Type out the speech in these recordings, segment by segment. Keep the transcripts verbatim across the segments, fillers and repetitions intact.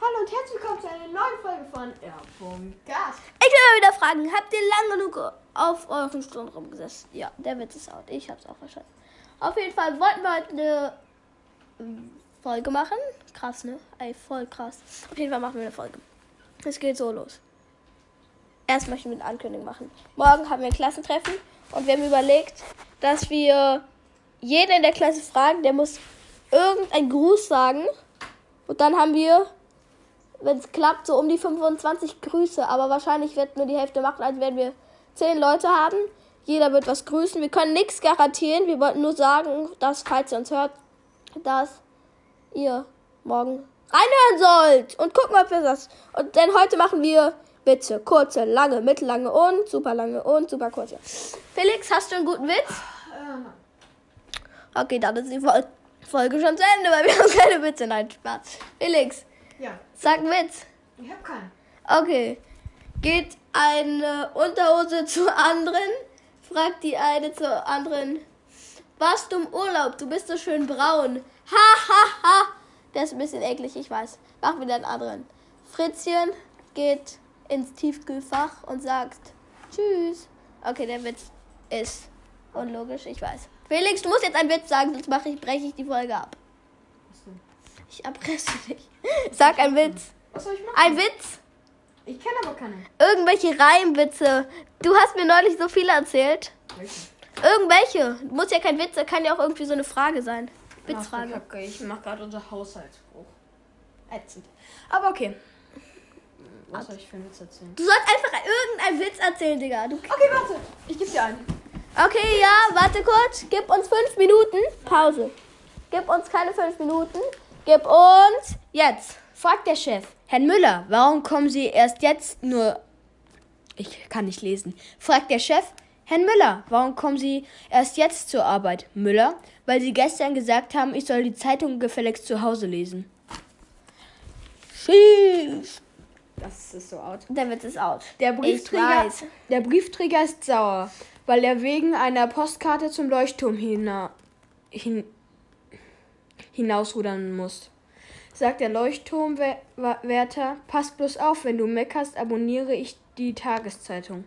Hallo und herzlich willkommen zu einer neuen Folge von R.Gas. Ich will mal wieder fragen, habt ihr lang genug auf euren Stuhl rumgesessen? Ja, der Witz ist out. Ich hab's auch wahrscheinlich. Auf jeden Fall wollten wir heute eine ähm, Folge machen. Krass, ne? Ey, voll krass. Auf jeden Fall machen wir eine Folge. Es geht so los. Erst möchten wir eine Ankündigung machen. Morgen haben wir ein Klassentreffen und wir haben überlegt, dass wir jeden in der Klasse fragen, der muss irgendeinen Gruß sagen. Und dann haben wir, wenn es klappt, so um die fünfundzwanzig Grüße. Aber wahrscheinlich wird nur die Hälfte machen, als werden wir zehn Leute haben. Jeder wird was grüßen. Wir können nichts garantieren. Wir wollten nur sagen, dass, falls ihr uns hört, dass ihr morgen reinhören sollt. Und gucken, ob wir das... Und denn heute machen wir Witze. Kurze, lange, mittellange und super lange und super kurze. Felix, hast du einen guten Witz? Ähm, Okay, dann ist die Fol- Folge schon zu Ende, weil wir haben keine Witze. Nein, Spaß. Felix, ja, sag einen Witz. ich hab keinen. Okay. Geht eine Unterhose zur anderen, fragt die eine zur anderen, warst du im Urlaub? Du bist so schön braun. Ha, ha, ha. Der ist ein bisschen eklig, ich weiß. Mach wieder einen anderen. Fritzchen geht ins Tiefkühlfach und sagt Tschüss. Okay, der Witz ist unlogisch, ich weiß. Felix, du musst jetzt einen Witz sagen, sonst mache ich, breche ich die Folge ab. Was denn? Ich erpresse dich. Sag einen Witz. Was soll ich machen? Ein Witz. Ich kenne aber keinen. Irgendwelche Reimwitze. Du hast mir neulich so viele erzählt. Welchen? Irgendwelche. Muss ja kein Witz, kann ja auch irgendwie so eine Frage sein. Witzfrage. Ach, okay, ich mach gerade unser Haushaltsbuch. Ätzend. Aber okay. Was soll ich für einen Witz erzählen? Du sollst einfach irgendeinen Witz erzählen, Digga. Du Okay, warte. Ich gebe dir einen. Okay, ja, warte kurz. Gib uns fünf Minuten. Pause. Gib uns keine fünf Minuten. Gib uns jetzt. Fragt der Chef, Herrn Müller, warum kommen Sie erst jetzt nur... Ich kann nicht lesen. Fragt der Chef, Herrn Müller, warum kommen Sie erst jetzt zur Arbeit? Müller, weil Sie gestern gesagt haben, ich soll die Zeitung gefälligst zu Hause lesen. Tschüss. Das ist so out. Der Witz ist out. Der Ich Briefträger, weiß. der Briefträger ist sauer, weil er wegen einer Postkarte zum Leuchtturm hina, hin, hinausrudern muss. Sagt der Leuchtturmwärter, pass bloß auf, wenn du meckerst, abonniere ich die Tageszeitung.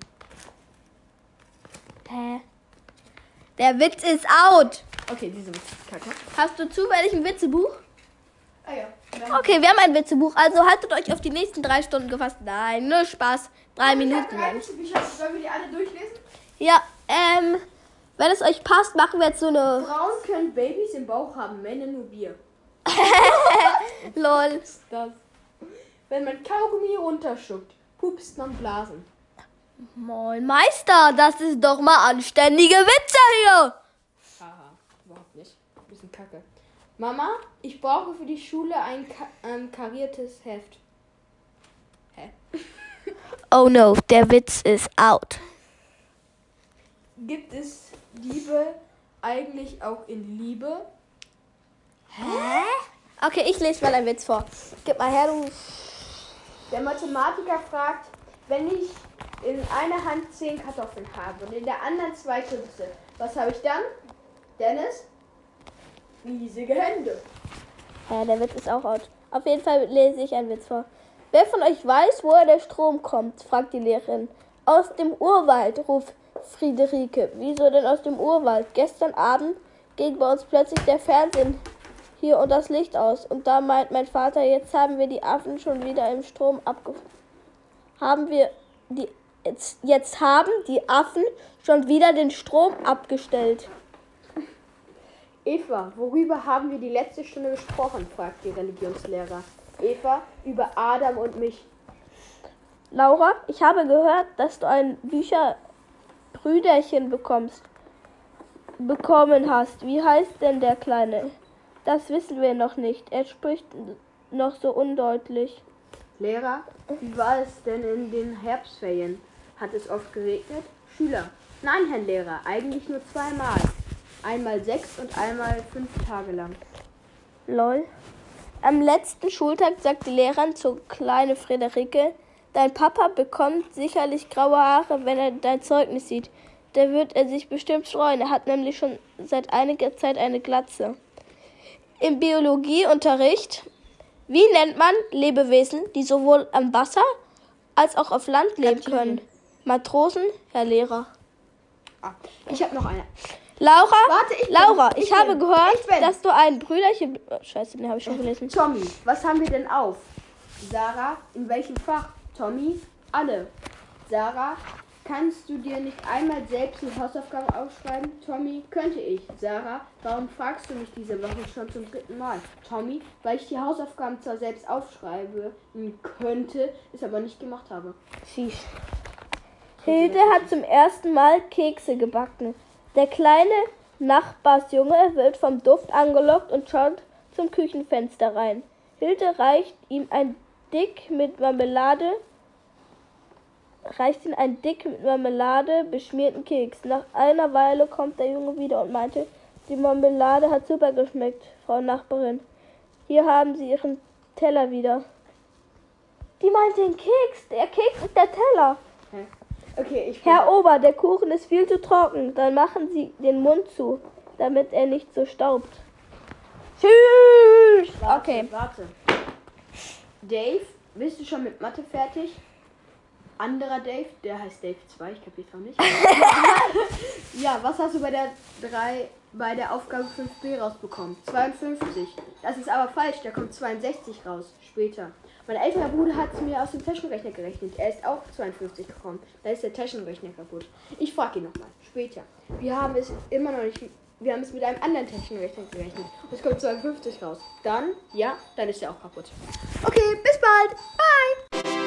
Hä? Der Witz ist out. Okay, diese Witz ist kacke. Hast du zufällig ein Witzebuch? Ah ja. Okay, wir haben ein Witzebuch, also haltet euch auf die nächsten drei Stunden gefasst. Nein, nur Spaß. Drei Minuten. Ich hab drei lang. Witzebücher. Sollen wir die alle durchlesen? Ja, ähm, wenn es euch passt, machen wir jetzt so eine... Frauen können Babys im Bauch haben, Männer nur Bier. Lol. Das. Wenn man Kaugummi runterschluckt, pupst man Blasen. Moin Meister, das ist doch mal anständige Witze hier. Haha, überhaupt nicht. Bisschen kacke. Mama, ich brauche für die Schule ein ka ähm, kariertes Heft. Hä? Oh no, der Witz ist out. Gibt es Liebe eigentlich auch in Liebe? Hä? Okay, ich lese mal einen Witz vor. Gib mal her, du... Der Mathematiker fragt, wenn ich in einer Hand zehn Kartoffeln habe und in der anderen zwei Kürbisse, was habe ich dann? Dennis? Riesige Hände. Ja, der Witz ist auch out. Auf jeden Fall lese ich einen Witz vor. Wer von euch weiß, woher der Strom kommt? Fragt die Lehrerin. Aus dem Urwald, ruft Friederike. Wieso denn aus dem Urwald? Gestern Abend ging bei uns plötzlich der Fernsehen hier und das Licht aus. Und da meint mein Vater, jetzt haben wir die Affen schon wieder im Strom abgefangen. Haben wir die jetzt, jetzt haben die Affen schon wieder den Strom abgestellt. Eva, worüber haben wir die letzte Stunde gesprochen? Fragt die Religionslehrer. Eva, über Adam und mich. Laura, ich habe gehört, dass du ein Bücherbrüderchen bekommst, bekommen hast. Wie heißt denn der Kleine? Das wissen wir noch nicht. Er spricht noch so undeutlich. Lehrer, wie war es denn in den Herbstferien? Hat es oft geregnet? Schüler, nein, Herr Lehrer, eigentlich nur zweimal. Einmal sechs und einmal fünf Tage lang. Lol. Am letzten Schultag sagt die Lehrerin zur kleinen Friederike, dein Papa bekommt sicherlich graue Haare, wenn er dein Zeugnis sieht. Da wird er sich bestimmt freuen. Er hat nämlich schon seit einiger Zeit eine Glatze. Im Biologieunterricht Wie nennt man Lebewesen, die sowohl am Wasser als auch auf Land leben können? Matrosen, Herr Lehrer. Ah, ich habe noch eine. Laura, Warte, ich bin- Laura, ich, ich habe bin- gehört, ich bin. dass du ein Brüderchen... Oh, Scheiße, den habe ich schon gelesen. Tommy, was haben wir denn auf? Sarah, in welchem Fach? Tommy, alle. Sarah, kannst du dir nicht einmal selbst die Hausaufgaben aufschreiben? Tommy, könnte ich. Sarah, warum fragst du mich diese Woche schon zum dritten Mal? Tommy, weil ich die Hausaufgaben zwar selbst aufschreiben könnte, es aber nicht gemacht habe. Sheesh. Hilde hat zum ersten Mal Kekse gebacken. Der kleine Nachbarsjunge wird vom Duft angelockt und schaut zum Küchenfenster rein. Hilde reicht ihm ein dick mit Marmelade reicht ihm ein dick mit Marmelade beschmierten Keks. Nach einer Weile kommt der Junge wieder und meinte, die Marmelade hat super geschmeckt, Frau Nachbarin. Hier haben Sie Ihren Teller wieder. Die meint den Keks. Der Keks ist der Teller. Hä? Okay, ich bin Herr Ober, der Kuchen ist viel zu trocken. Dann machen Sie den Mund zu, damit er nicht so staubt. Tschüss. Warte, Okay. warte. Dave, bist du schon mit Mathe fertig? Anderer Dave, der heißt Dave zwei, ich kapier's auch nicht. Ja, was hast du bei der drei, bei der Aufgabe fünf b rausbekommen? zweiundfünfzig. Das ist aber falsch, da kommt zweiundsechzig raus, später. Mein älterer Bruder hat es mir aus dem Taschenrechner gerechnet. Er ist auch zweiundfünfzig gekommen. Da ist der Taschenrechner kaputt. Ich frage ihn nochmal, später. Wir haben es immer noch nicht, wir haben es mit einem anderen Taschenrechner gerechnet. Und es kommt zweiundfünfzig raus. Dann, ja, dann ist er auch kaputt. Okay, bis bald. Bye.